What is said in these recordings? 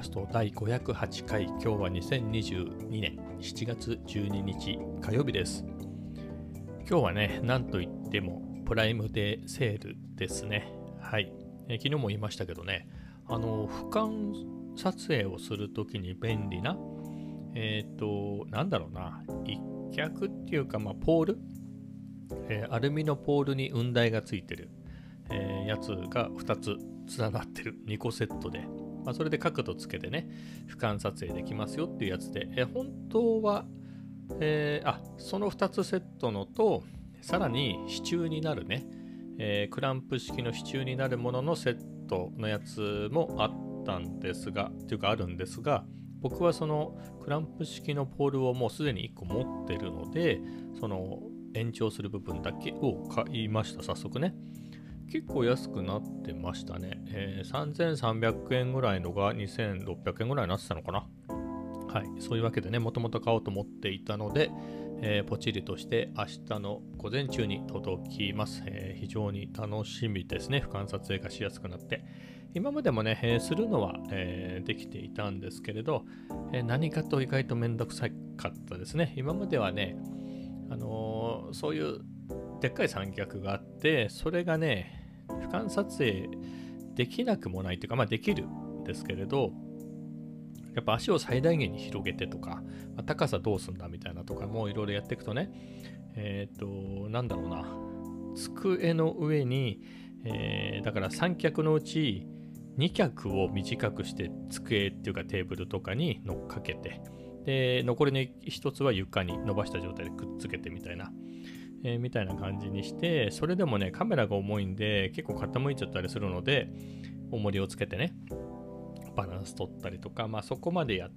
ャスト第508回、今日は2022年7月12日火曜日です。今日はね、なんといってもプライムデーセールですね。はい、昨日も言いましたけどね、俯瞰撮影をするときに便利ななんだろうな、一脚っていうか、ポール、アルミのポールに雲台がついてる、やつが2つ連なってる2個セットで、それで角度つけてね俯瞰撮影できますよっていうやつで、本当は、その2つセットのと、さらに支柱になるね、クランプ式の支柱になるもののセットのやつもあったんですが、っていうかあるんですが、僕はそのクランプ式のポールをもうすでに1個持ってるので、その延長する部分だけを買いました。早速ね、結構安くなってましたね。3300円ぐらいのが2600円ぐらいになってたのかな。はい、そういうわけでね、もともと買おうと思っていたので、ポチリとして明日の午前中に届きます。非常に楽しみですね。俯瞰撮影がしやすくなって。今までもね、するのは、できていたんですけれど、何かと意外とめんどくさかったですね。今まではね、そういうでっかい三脚があって、それがね、俯瞰撮影できなくもないというか、できるんですけれど、やっぱ足を最大限に広げてとか、高さどうすんだみたいなとかもいろいろやっていくとね、なんだろうな、机の上に、だから三脚のうち2脚を短くして机っていうかテーブルとかに乗っかけて、で残りの1つは床に伸ばした状態でくっつけてみたいな、みたいな感じにして、それでもねカメラが重いんで結構傾いちゃったりするので、重りをつけてねバランス取ったりとか、そこまでやって、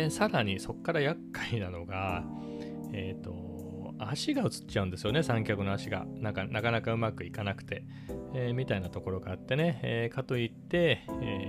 さらにそこから厄介なのが、足が映っちゃうんですよね。三脚の足がなかなかうまくいかなくて、みたいなところがあってね、かといって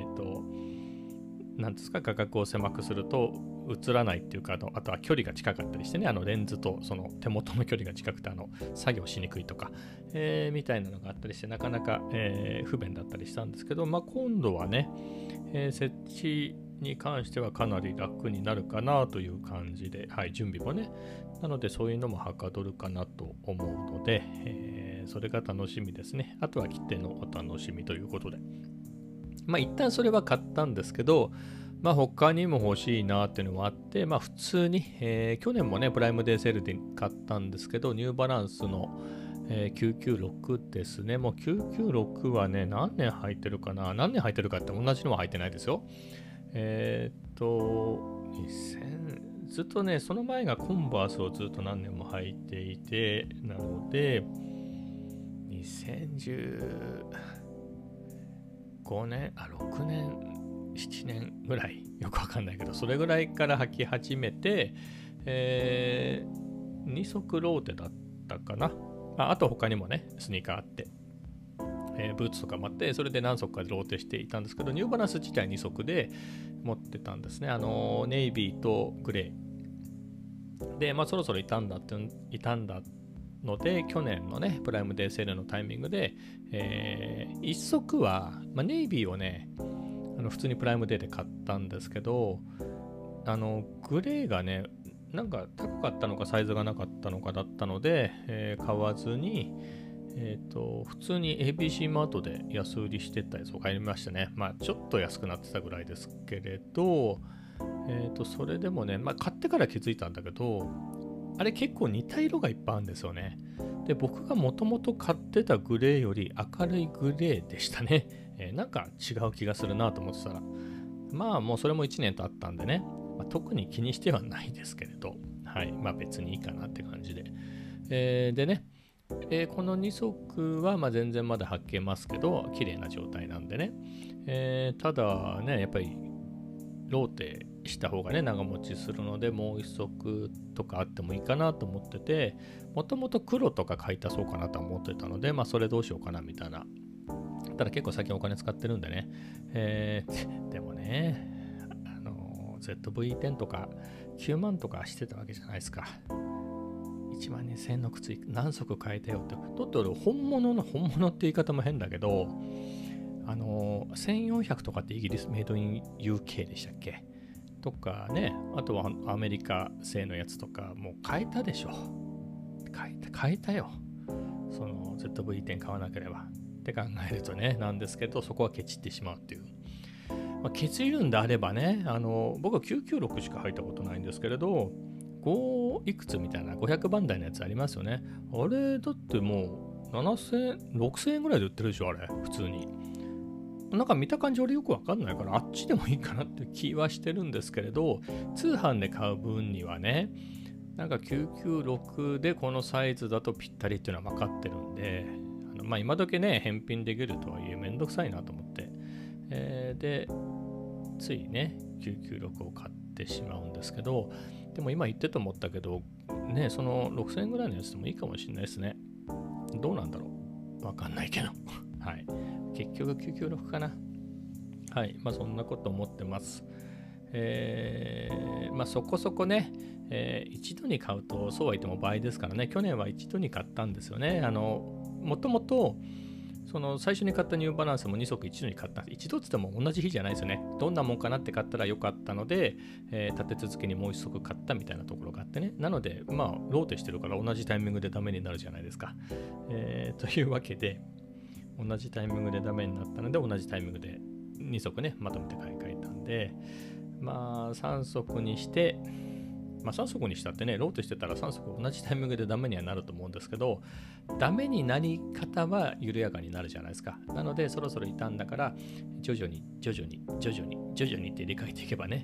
なんですか、画角を狭くすると映らないっていうか、あとは距離が近かったりしてね、レンズとその手元の距離が近くて作業しにくいとか、みたいなのがあったりして、なかなか、不便だったりしたんですけど、今度はね、設置に関してはかなり楽になるかなという感じで、はい、準備もね、なのでそういうのもはかどるかなと思うので、それが楽しみですね。あとは切手のお楽しみということで、一旦それは買ったんですけど、他にも欲しいなっていうのもあって、普通に、去年もねプライムデーセールで買ったんですけど、ニューバランスの、996ですね。もう996はね、何年履いてるかな、何年履いてるかって同じのは履いてないですよ。2000ずっとね、その前がコンバースをずっと何年も履いていて、なので2015年6年7年ぐらい、よくわかんないけど、それぐらいから履き始めて、2足ローテだったかな。あと他にもねスニーカーあって、ブーツとかもあって、それで何足かでローテしていたんですけど、ニューバランス自体2足で持ってたんですね。ネイビーとグレーで、そろそろ傷んだので、去年のねプライムデーセールのタイミングで、1足は、ネイビーをね普通にプライムデーで買ったんですけど、グレーがねなんか高かったのかサイズがなかったのかだったので、買わずに、普通に ABC マートで安売りしてたやつを買いましたね。ちょっと安くなってたぐらいですけれど、それでもね、買ってから気づいたんだけど、あれ結構似た色がいっぱいあるんですよね。で、僕がもともと買ってたグレーより明るいグレーでしたね。なんか違う気がするなと思ってたら、もうそれも1年経ったんでね、特に気にしてはないですけれど、はい、別にいいかなって感じで。でね、この2足は全然まだ履けますけど、綺麗な状態なんでね。ただね、やっぱりローテした方がね長持ちするので、もう1足とかあってもいいかなと思ってて、もともと黒とか買い足そうかなと思ってたので、それどうしようかなみたいな。ただ結構最近お金使ってるんでね、でもね、ZV-10 とか9万とかしてたわけじゃないですか。1万2000円の靴何足買えたよって。だって俺本物って言い方も変だけど、 1400とかってイギリスメイドイン UK でしたっけとかね、あとはアメリカ製のやつとかもう変えたでしょ。変えたよ。その ZV-10 買わなければって考えるとね、なんですけど、そこはケチってしまうっていう。ケチるんであればね、僕は996しか入ったことないんですけれど、5いくつみたいな500番台のやつありますよね。あれだってもう7000、6000円ぐらいで売ってるでしょ、あれ、普通に。なんか見た感じ俺よくわかんないから、あっちでもいいかなって気はしてるんですけれど、通販で買う分にはね、なんか996でこのサイズだとぴったりっていうのは分かってるんで、今時ね、返品できるとはいえめんどくさいなと思って、で、ついね、996を買ってしまうんですけど、でも今言ってと思ったけど、ね、その6000円ぐらいのやつでもいいかもしれないですね。どうなんだろう、わかんないけど。はい。結局996かな。はい。そんなこと思ってます。そこそこね、一度に買うとそうは言っても倍ですからね。去年は一度に買ったんですよね。もともとその最初に買ったニューバランスも2足一度に買ったんです。一度って言っても同じ日じゃないですよね。どんなもんかなって買ったらよかったので、立て続けにもう一足買ったみたいなところがあってね。なので、ローテしてるから同じタイミングでダメになるじゃないですか。というわけで、同じタイミングでダメになったので、同じタイミングで2足ね、まとめて買い替えたんで、3足にして、3足にしたってね、ローテしてたら3足同じタイミングでダメにはなると思うんですけど、ダメになり方は緩やかになるじゃないですか。なので、そろそろ傷んだから、徐々にって入れ替えていけばね、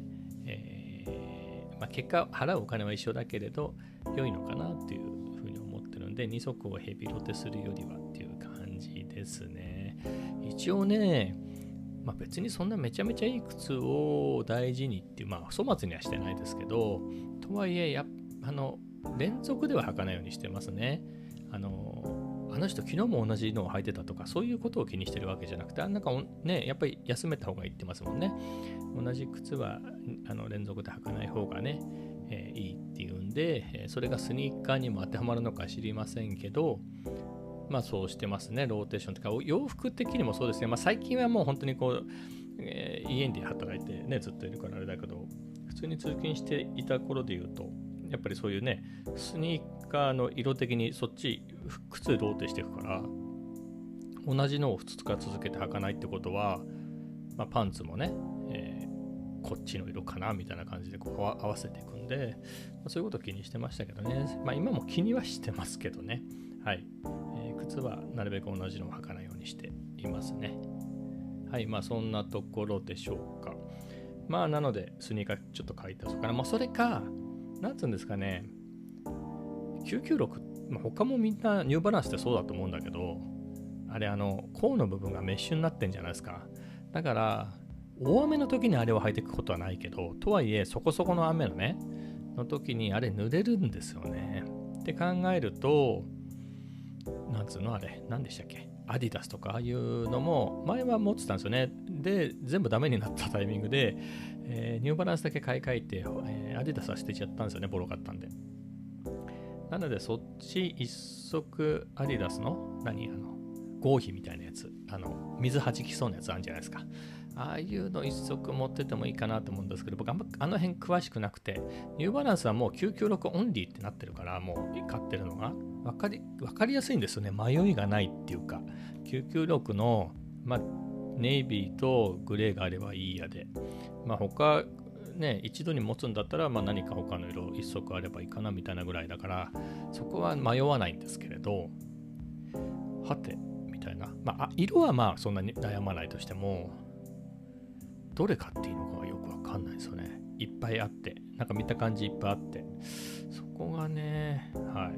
結果、払うお金は一緒だけれど、良いのかなっていうふうに思ってるんで、2足をヘビロテするよりはっていう感じですね。一応ね、別にそんなめちゃめちゃいい靴を大事にっていう、粗末にはしてないですけど、とはいえ、連続では履かないようにしてますね。あの人昨日も同じのを履いてたとか、そういうことを気にしてるわけじゃなくて、なんかね、やっぱり休めた方がいいってますもんね。同じ靴は連続で履かない方がね、いいっていうんで、それがスニーカーにも当てはまるのか知りませんけど、そうしてますね。ローテーションとか洋服的にもそうですね。最近はもう本当にこう、家で働いてねずっといるからあれだけど、普通に通勤していた頃で言うと、やっぱりそういうねスニーカーの色的にそっち靴ローテしていくから、同じのを2日続けて履かないってことは、パンツもね、こっちの色かなみたいな感じでこう合わせていくんで、そういうことを気にしてましたけどね。今も気にはしてますけどね。はい。靴はなるべく同じのを履かないようにしていますね。はい、そんなところでしょうか。なのでスニーカーちょっと買い足そうかな。それか、なんつうんですかね、996、他もみんなニューバランスってそうだと思うんだけど、あれ甲の部分がメッシュになってんじゃないですか。だから大雨の時にあれを履いていくことはないけど、とはいえそこそこの雨の時にあれ濡れるんですよね。って考えると、なんつうのあれ、何でしたっけ、アディダスとかああいうのも前は持ってたんですよね。で、全部ダメになったタイミングで、ニューバランスだけ買い替えて、アディダスは捨てちゃったんですよね、ボロかったんで。なので、そっち一足アディダスの合皮みたいなやつ、水はじきそうなやつあるんじゃないですか。ああいうの一足持っててもいいかなと思うんですけど、僕あの辺詳しくなくて、ニューバランスはもう996オンリーってなってるから、もう買ってるのが分かりやすいんですよね。迷いがないっていうか、996の、ネイビーとグレーがあればいいやで、他ね、一度に持つんだったら、何か他の色一足あればいいかなみたいなぐらいだから、そこは迷わないんですけれど、はてみたいな、色はそんなに悩まないとしても、どれ買っていいのかはよくわかんないですよね。いっぱいあって、なんか見た感じいっぱいあって、そこがね、はい、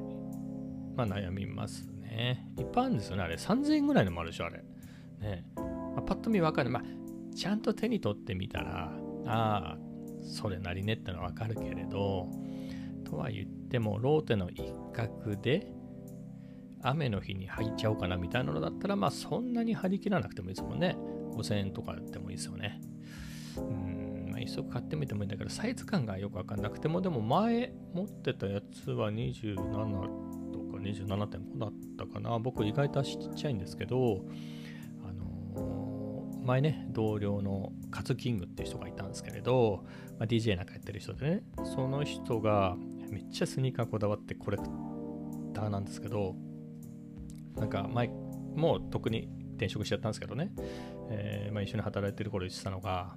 悩みますね。いっぱいあるんですよね、あれ。3000円ぐらいのもあるでしょ、あれ。ね、パッと見わかる。ちゃんと手に取ってみたら、それなりねってのはわかるけれど、とは言っても、ローテの一角で、雨の日に履いちゃおうかなみたいなのだったら、そんなに張り切らなくてもいいですもんね。5000円とかでもいいですよね。一足買ってみてもいいんだけど、サイズ感がよくわかんなくても、でも前持ってたやつは27とか 27.5 だったかな。僕意外と足ちっちゃいんですけど、 前ね、同僚のカツキングっていう人がいたんですけれど、DJ なんかやってる人でね、その人がめっちゃスニーカーこだわってコレクターなんですけど、なんか前もう特に転職しちゃったんですけどね、一緒に働いてる頃言ってたのが、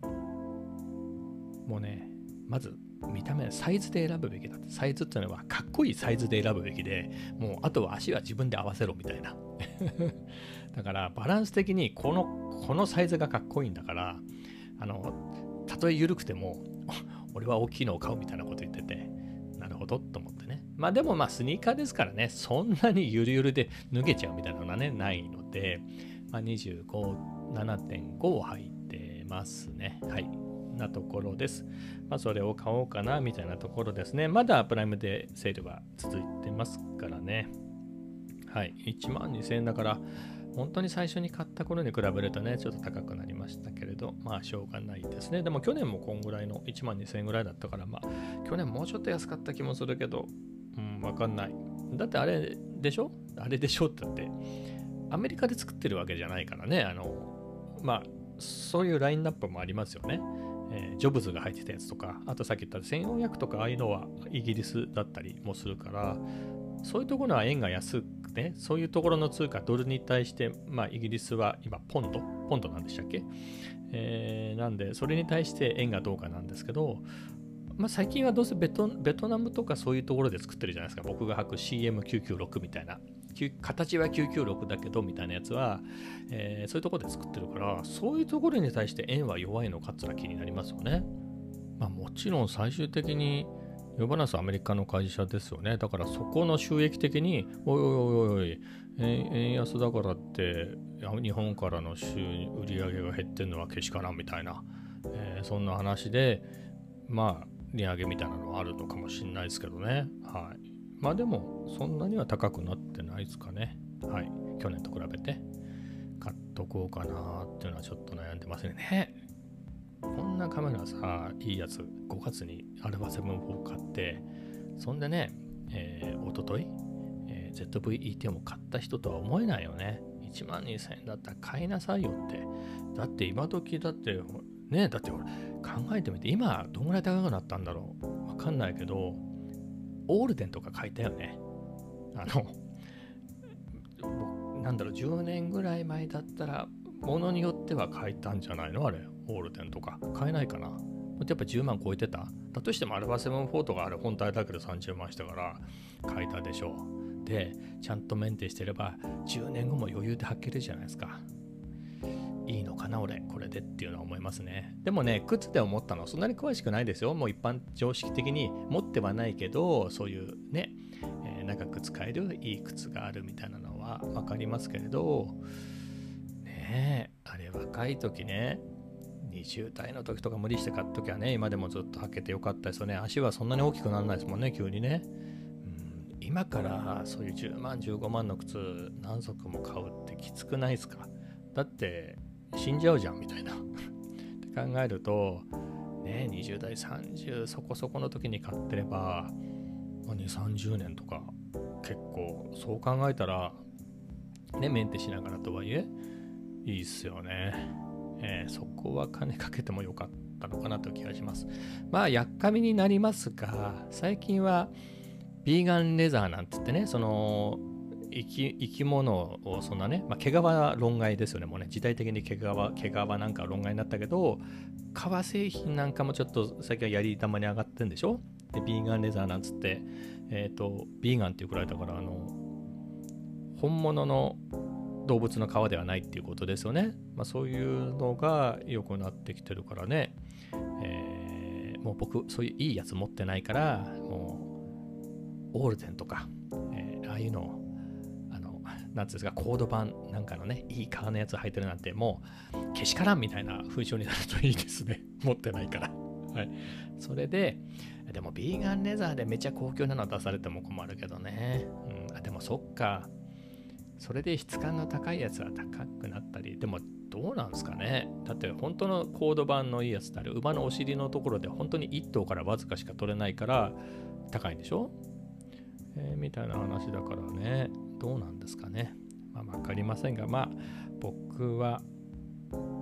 もうね、まず見た目サイズで選ぶべきだって。サイズっていうのはかっこいいサイズで選ぶべきで、もうあとは足は自分で合わせろみたいなだからバランス的にこのサイズがかっこいいんだから、たとえ緩くても俺は大きいのを買うみたいなこと言ってて、なるほどと思ってね。でもスニーカーですからね、そんなにゆるゆるで脱げちゃうみたいなのはねないので、25、7.5 入ってますね。はい、なところです。それを買おうかなみたいなところですね。まだプライムでセールは続いてますからね。はい、12,000円だから、本当に最初に買った頃に比べるとね、ちょっと高くなりましたけれど、しょうがないですね。でも去年もこんぐらいの12,000円ぐらいだったから、去年もうちょっと安かった気もするけど、わかんない。だってあれでしょってだって、アメリカで作ってるわけじゃないからね。そういうラインナップもありますよね。ジョブズが入ってたやつとか、あとさっき言った1400とか、ああいうのはイギリスだったりもするから、そういうところは円が安くね、そういうところの通貨ドルに対して、イギリスは今ポンドなんでしたっけ、なんでそれに対して円がどうかなんですけど、最近はどうせベトナムとかそういうところで作ってるじゃないですか。僕が履く CM996 みたいな、形は996だけどみたいなやつは、そういうところで作ってるから、そういうところに対して円は弱いのかってのは気になりますよね。もちろん最終的にヨバナスアメリカの会社ですよね。だからそこの収益的におい円安だからって日本からの売り上げが減ってるのはけしからんみたいな、そんな話で値上げみたいなのはあるのかもしれないですけどね。はい。でもそんなには高くなってないですかね。はい。去年と比べて買っとこうかなっていうのはちょっと悩んでますね。こんなカメラさ、いいやつ5月にアルファ7 4買って、そんでね、おととい、ZV-E10 も買った人とは思えないよね。12,000円だったら買いなさいよって。だって今時だってね、だって考えてみて、今どんぐらい高くなったんだろう。わかんないけど、オールデンとか買いたよね。10年ぐらい前だったら、ものによっては買えたんじゃないのあれ、オールデンとか。買えないかな。やっぱ10万超えてた。だとしてもアルファ7 4とかあれ本体だけで30万したから買えたでしょう。で、ちゃんとメンテしてれば10年後も余裕で履けるじゃないですか。いいのかな俺これでっていうのは思いますね。でもね、靴で思ったのそんなに詳しくないですよ。もう一般常識的に持ってはないけど、そういうね、長く使えるいい靴があるみたいなのは分かりますけれどね。あれ若い時ね、20代の時とか無理して買っときゃね、今でもずっと履けてよかったですよね。足はそんなに大きくならないですもんね、急にね。今からそういう10万15万の靴何足も買うってきつくないですか。だって死んじゃうじゃんみたいなって考えるとね、20代30そこそこの時に買ってれば、2、30年とか結構そう考えたらね、メンテしながらとはいえいいっすよね。そこは金かけてもよかったのかなという気がします。やっかみになりますが、最近はビーガンレザーなんて言ってね、その生き物をそんなね、毛皮論外ですよね。もうね、時代的に毛皮なんか論外になったけど、革製品なんかもちょっと最近はやり玉に上がってるんでしょ。でビーガンレザーなんつって、ビーガンっていうくらいだから、本物の動物の皮ではないっていうことですよね。そういうのが良くなってきてるからね、もう僕そういういいやつ持ってないから、もうオールデンとか、ああいうのをなんですか、コード版なんかのね、いい革のやつ履いてるなんて、もうけしからんみたいな風潮になるといいですね。持ってないから。はい。それでもビーガンレザーでめちゃ高級なの出されても困るけどね。でもそっか。それで質感の高いやつは高くなったり、でもどうなんですかね。だって本当のコード版のいいやつってあれ、馬のお尻のところで本当に1頭からわずかしか取れないから高いんでしょ、みたいな話だからね。どうなんですかね。わかりませんが、僕は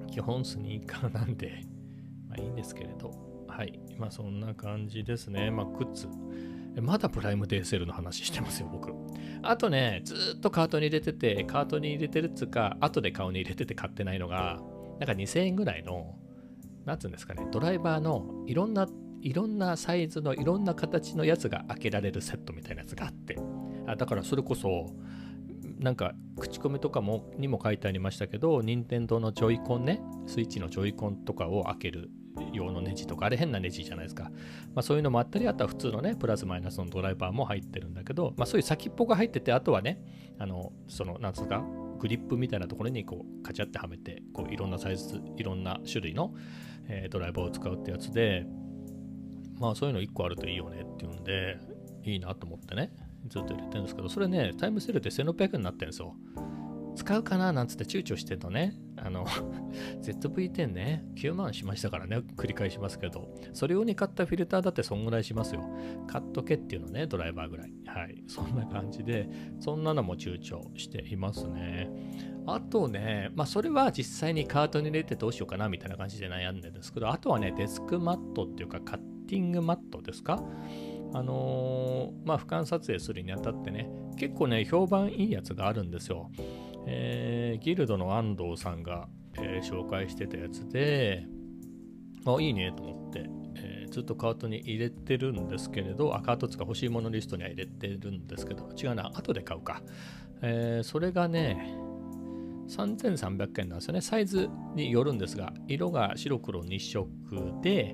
基本スニーカーなんで、まあいいんですけれど、はい。まあそんな感じですね。まあ靴。まだプライムデーセールの話してますよ、僕。あとね、ずーっとカートに入れてて、カートに入れてるっつうか、後で顔に入れてて買ってないのが、なんか2000円ぐらいの、なんつうんですかね、ドライバーのいろんなサイズのいろんな形のやつが開けられるセットみたいなやつがあって、だからそれこそ、なんか口コミとかにも書いてありましたけど、任天堂のジョイコンね、スイッチのジョイコンとかを開ける用のネジとか、あれ変なネジじゃないですか。まあそういうのもあったり、あとは普通のね、プラスマイナスのドライバーも入ってるんだけど、まあそういう先っぽが入ってて、あとはね、なんつうか、グリップみたいなところにこうカチャってはめて、こういろんなサイズ、いろんな種類の、ドライバーを使うってやつで、まあそういうの1個あるといいよねっていうんで、いいなと思ってね、ずっと入れてるんですけど、それね、タイムセールで1600円になってるんですよ。使うかななんつって躊躇してるとね、ZV-10 ね、9万しましたからね、繰り返しますけど、それ用に買ったフィルターだってそんぐらいしますよ。買っとけっていうのね、ドライバーぐらい。はい、そんな感じで、そんなのも躊躇していますね。あとね、まあそれは実際にカートに入れてどうしようかなみたいな感じで悩んでるんですけど、あとはね、デスクマットっていうか、カッティングマットですか？まあ俯瞰撮影するにあたってね、結構ね、評判いいやつがあるんですよ。ギルドの安藤さんが、紹介してたやつで、いいねと思って、ずっとカートに入れてるんですけれど、カートつか欲しいものリストには入れてるんですけど、違うな、後で買うか。それがね、3300円なんですよね。サイズによるんですが、色が白黒2色で、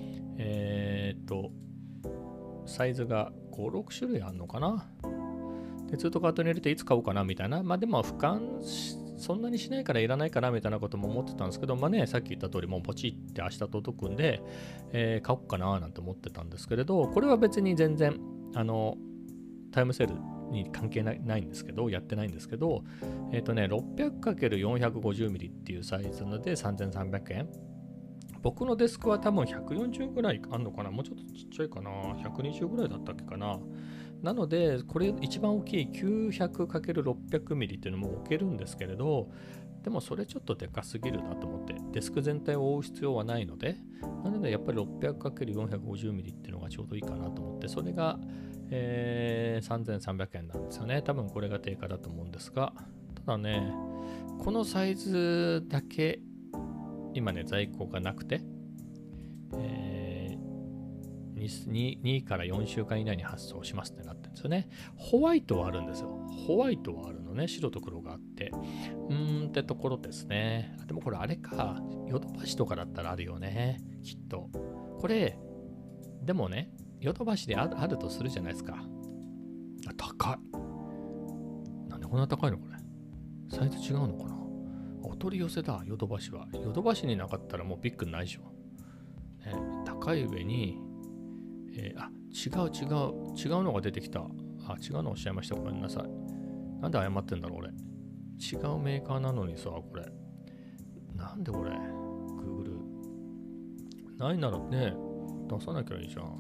サイズが5、6種類あるのかな。で、ずっとカートに入れていつ買おうかなみたいな。まあでも俯瞰そんなにしないからいらないかなみたいなことも思ってたんですけど、まあね、さっき言った通りもうポチって明日届くんで、買おうかななんて思ってたんですけれど、これは別に全然、タイムセールに関係ないんですけど、やってないんですけど、600×450mm っていうサイズので3300円。僕のデスクは多分140ぐらいあんのかな、もうちょっとちっちゃいかな、120ぐらいだったっけかな。なので、これ一番大きい 900×600mm っていうのも置けるんですけれど、でもそれちょっとでかすぎるなと思って、デスク全体を覆う必要はないので、なのでやっぱり 600×450mm っていうのがちょうどいいかなと思って、それが、3300円なんですよね。多分これが定価だと思うんですが、ただね、このサイズだけ今ね、在庫がなくて、2から4週間以内に発送しますってなってるんですよね。ホワイトはあるんですよ。ホワイトはあるのね。白と黒があって。ってところですね。でもこれあれか。ヨドバシとかだったらあるよね。きっと。これ、でもね、ヨドバシであるとするじゃないですか。高い。なんでこんな高いのこれ。サイズ違うのかな。お取り寄せだ、ヨドバシは。ヨドバシになかったらもうビッグないでしょ。高い上に、違うのが出てきた。違うのおっしゃいました。ごめんなさい。なんで謝ってんだろう、俺。違うメーカーなのにさ、これ。なんでこれ、Google。ないならね、出さなきゃいいじゃん。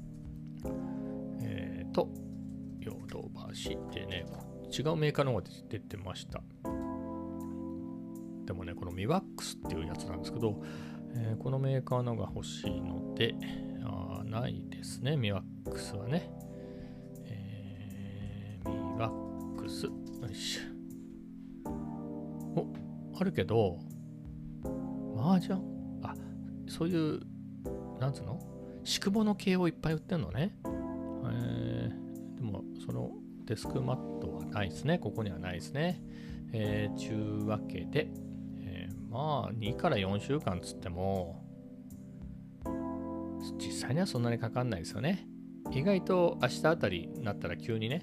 ヨドバシでね、違うメーカーの方が出てました。でもね、このミワックスっていうやつなんですけど、このメーカーのが欲しいので、ないですね、ミワックスはね。ミワックス、よいしょ。あるけど、麻雀そういう、なんつうの宿物系をいっぱい売ってんのね。でも、そのデスクマットはないですね。ここにはないですね。ちゅうわけで、まあ2から4週間つっても実際にはそんなにかかんないですよね。意外と明日あたりになったら急にね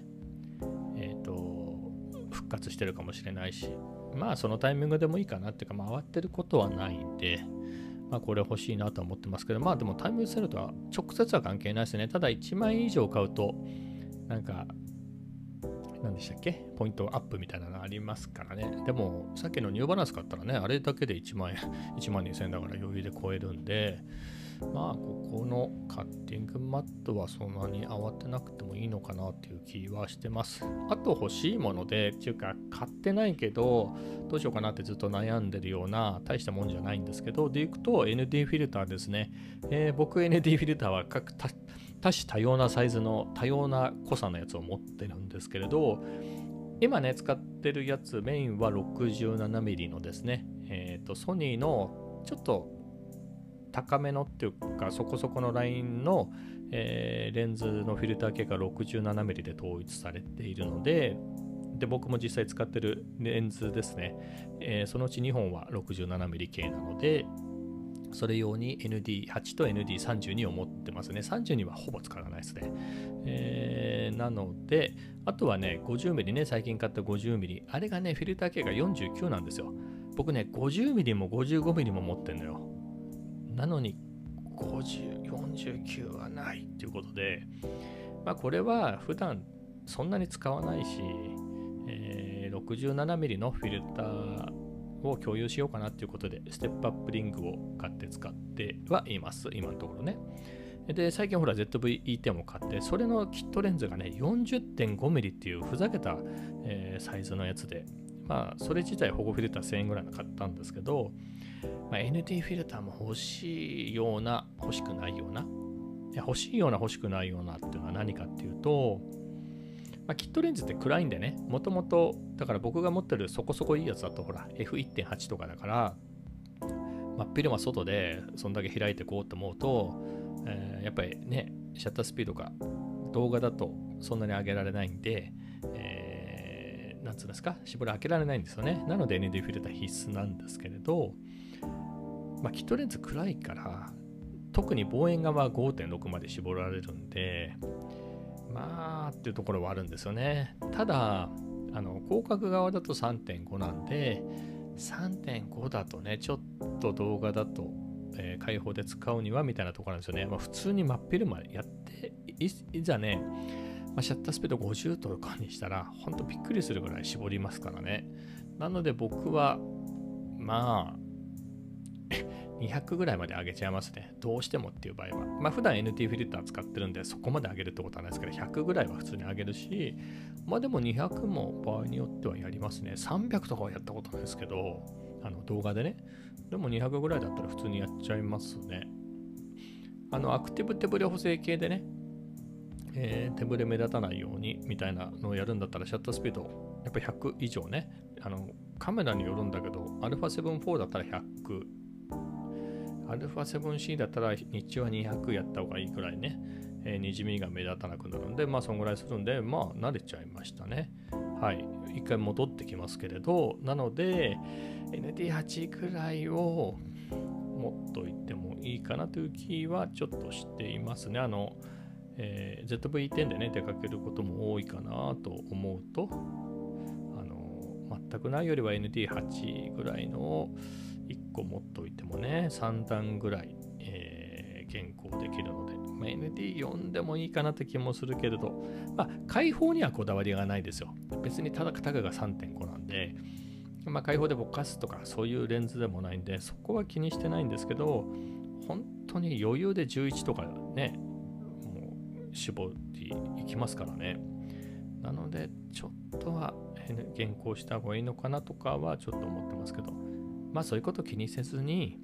復活してるかもしれないし、まあそのタイミングでもいいかなっていうか、回ってることはないんで、まあこれ欲しいなとは思ってますけど、まあでもタイムセールとは直接は関係ないですね。ただ1万円以上買うとなんか何でしたっけ、ポイントアップみたいなのありますからね。でもさっきのニューバランス買ったらね、あれだけで1万円1万2000円だから余裕で超えるんで、 ここのカッティングマットはそんなに慌てなくてもいいのかなっていう気はしてます。あと欲しいもので、っていうか買ってないけど、どうしようかなってずっと悩んでるような大したもんじゃないんですけど、でいくと ND フィルターですね。僕 ND フィルターは多種多様なサイズの多様な濃さのやつを持ってるんですけれど、今ね使ってるやつメインは 67mm のですね、ソニーのちょっと高めのっていうかそこそこのラインの、レンズのフィルター系が 67mm で統一されているので、僕も実際使ってるレンズですね、そのうち2本は 67mm 系なので、それ用に ND8 と ND32 を持ってますね。32はほぼ使わないですね。なので、あとはね、50mm ね、最近買った 50mm。あれがね、フィルター系が49なんですよ。僕ね、50mm も 55mm も持ってんのよ。なのに、49はないっていうことで、これは普段そんなに使わないし、67mm のフィルターを共有しようかなっていうことでステップアップリングを買って使ってはいます今のところね。で最近ほら ZV-E10 を買って、それのキットレンズがね 40.5mm っていうふざけた、サイズのやつで、それ自体保護フィルター1000円ぐらいの買ったんですけど、ND フィルターも欲しいような欲しくないような、欲しいような欲しくないようなっていうのは何かっていうと、キットレンズって暗いんでね、もともとだから僕が持ってるそこそこいいやつだとほら F1.8 とかだから、真っ昼間外でそんだけ開いてこうと思うと、やっぱりねシャッタースピードが動画だとそんなに上げられないんで、なんつうんですか、絞り開けられないんですよね。なので ND フィルター必須なんですけれど、キットレンズ暗いから特に望遠側は 5.6 まで絞られるんで、っていうところはあるんですよね。ただ広角側だと 3.5 なんで、3.5 だとねちょっと動画だと、開放で使うにはみたいなところなんですよね。普通に真っ昼間やっていざね、シャッタースピード50とかにしたらほんとびっくりするぐらい絞りますからね。なので僕は200ぐらいまで上げちゃいますね。どうしてもっていう場合は。普段 NT フィルター使ってるんでそこまで上げるってことはないですけど、100ぐらいは普通に上げるし、でも200も場合によってはやりますね。300とかはやったことないですけど、動画でね。でも200ぐらいだったら普通にやっちゃいますね。アクティブ手ブレ補正系でね、手ブレ目立たないようにみたいなのをやるんだったらシャッタースピードやっぱり100以上ね、カメラによるんだけど α7-4 だったら100、α7C だったら日中は200やった方がいいくらいね、にじみが目立たなくなるんで、そんぐらいするんで、慣れちゃいましたね。はい。一回戻ってきますけれど、なので、ND8 くらいを持っといてもいいかなという気はちょっとしていますね。ZV-10 でね、出かけることも多いかなと思うと、全くないよりは ND8 ぐらいのを1個持っといてもね、3段ぐらい、現行できるので、ND4 でもいいかなって気もするけれど、開放にはこだわりがないですよ。別にただタグが 3.5 なんで、開放でぼかすとかそういうレンズでもないんで、そこは気にしてないんですけど、本当に余裕で11とかね、もう絞っていきますからね。なので、ちょっとは現行した方がいいのかなとかはちょっと思ってますけど、そういうこと気にせずに、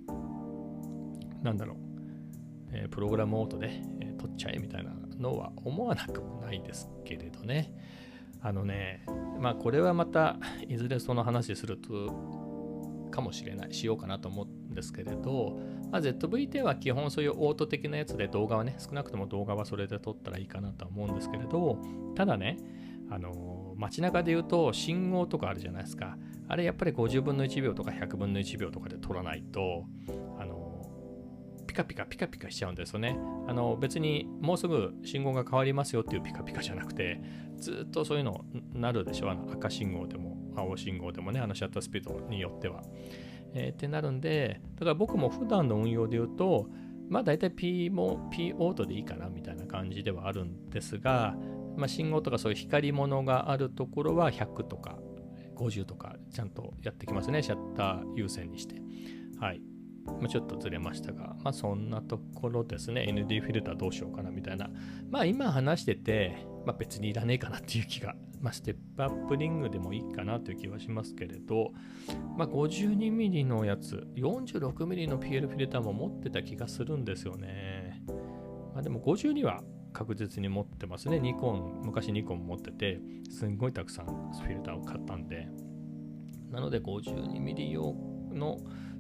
プログラムオートで、撮っちゃえみたいなのは思わなくもないですけれどね。これはまたいずれその話するとかもしれない、しようかなと思うんですけれど、ZV-10 は基本そういうオート的なやつで動画はね、少なくとも動画はそれで撮ったらいいかなとは思うんですけれど、ただね、街中で言うと信号とかあるじゃないですか。あれやっぱり50分の1秒とか100分の1秒とかで撮らないと、ピカピカしちゃうんですよね。別にもうすぐ信号が変わりますよっていうピカピカじゃなくて、ずっとそういうのなるでしょ。赤信号でも青信号でもね、シャッタースピードによっては。ってなるんで、だから僕も普段の運用で言うと、だいたい P オートでいいかなみたいな感じではあるんですが、信号とかそういう光り物があるところは100とか50とかちゃんとやってきますね。シャッター優先にして。はい。 ちょっとずれましたが、そんなところですね。ND フィルターどうしようかなみたいな。今話してて、別にいらねえかなっていう気が、ステップアップリングでもいいかなという気はしますけれど、52mm のやつ、46mm の PL フィルターも持ってた気がするんですよね。でも52は確実に持ってますね。昔ニコン持ってて、すんごいたくさんフィルターを買ったんで。なので 52mm 用の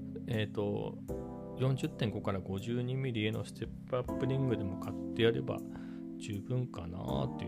40.5 から 52mm へのステップアップリングでも買ってやれば十分かなという、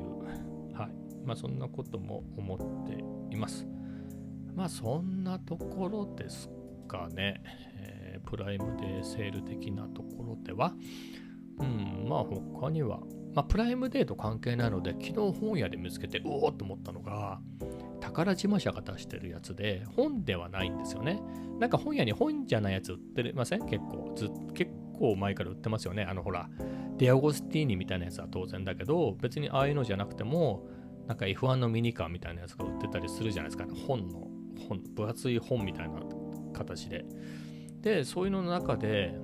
そんなことも思っています。そんなところですかね。プライムデーセール的なところでは、他には、プライムデーと関係ないので、昨日本屋で見つけておおっと思ったのが、宝島社が出してるやつで、本ではないんですよね。なんか本屋に本じゃないやつ売ってません？結構前から売ってますよね。ほら、デアゴスティーニみたいなやつは当然だけど、別にああいうのじゃなくても、なんか F1 のミニカーみたいなやつが売ってたりするじゃないですか、ね。分厚い本みたいな形で。で、そういうのの中で、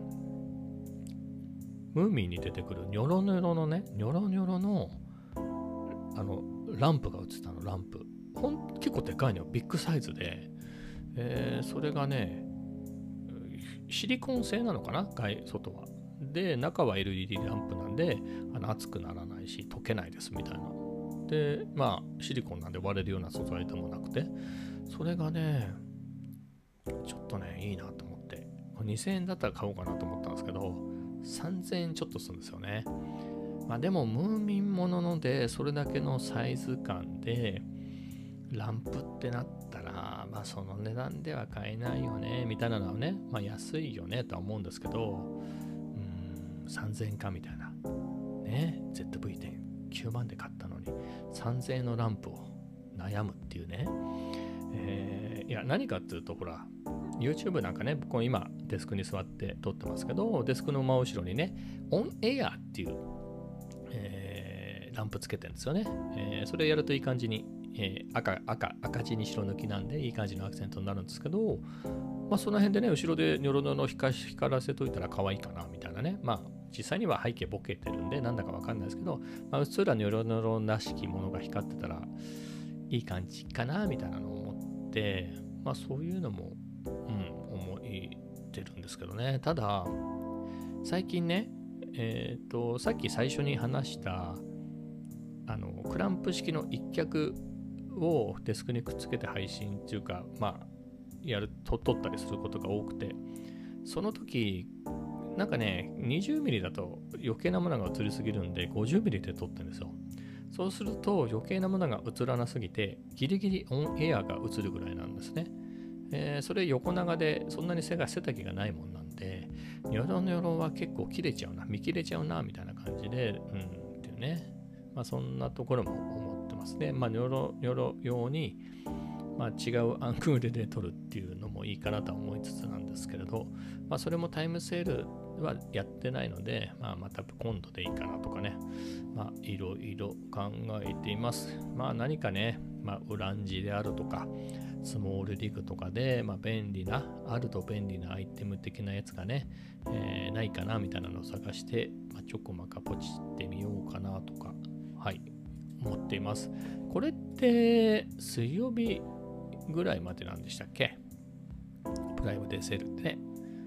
ムーミンに出てくるニョロニョロのランプが映ったの、ランプ。結構でかいのよ、ビッグサイズで。それがね、シリコン製なのかな、外は。で、中は LED ランプなんで、熱くならないし、溶けないですみたいな。で、シリコンなんで割れるような素材でもなくて、それがね、ちょっとね、いいなと思って、2000円だったら買おうかなと思ったんですけど、3000円ちょっとするんですよね。でも、ムーミンものので、それだけのサイズ感で、ランプってなったら、その値段では買えないよね、みたいなのはね、安いよねとは思うんですけど、3000円かみたいな。ね、ZV-10、9万で買ったのに、3000円のランプを悩むっていうね。いや、何かっていうと、ほら、YouTube なんかね、僕今デスクに座って撮ってますけど、デスクの真後ろにね、オンエアっていう、ランプつけてるんですよね。それやるといい感じに、赤地に白抜きなんでいい感じのアクセントになるんですけど、その辺でね、後ろでニョロニョロ光らせといたら可愛いかなみたいなね。実際には背景ボケてるんでなんだかわかんないですけど、うっすらニョロニョロらしきものが光ってたらいい感じかなみたいなのを思って、そういうのも、思ってるんですけどね。ただ、最近ね、さっき最初に話したクランプ式の一脚をデスクにくっつけて配信っていうか、撮ったりすることが多くて、その時、なんかね、20mm だと余計なものが映りすぎるんで、50mm で撮ってるんですよ。そうすると余計なものが映らなすぎて、ギリギリオンエアが映るぐらいなんですね。それ横長でそんなに背丈がないもんなんで、ニョロニョロは結構見切れちゃうな、みたいな感じで、っていうね。そんなところも思ってますね。ニョロニョロ用に、違うアングルで撮るっていうのもいいかなとは思いつつなんですけれど、それもタイムセールはやってないので、また今度でいいかなとかね、いろいろ考えています。何かね、ウランジであるとか、スモールリグとかで、あると便利なアイテム的なやつがね、ないかなみたいなのを探して、ちょこまかポチってみようかなとか、思っています。これって水曜日ぐらいまでなんでしたっけ？プライムデーセールってね。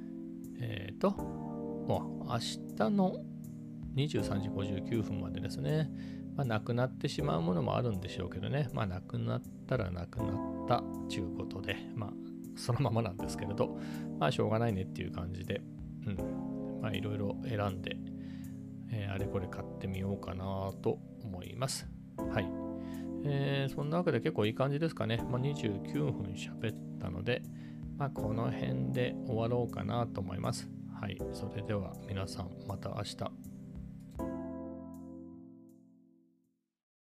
もう明日の23時59分までですね。なくなってしまうものもあるんでしょうけどね。なくなったらなくなったということで、そのままなんですけれど、しょうがないねっていう感じで、いろいろ選んで、あれこれ買ってみようかなと思います。はい。そんなわけで結構いい感じですかね。29分喋ったので、この辺で終わろうかなと思います。はい。それでは皆さんまた明日。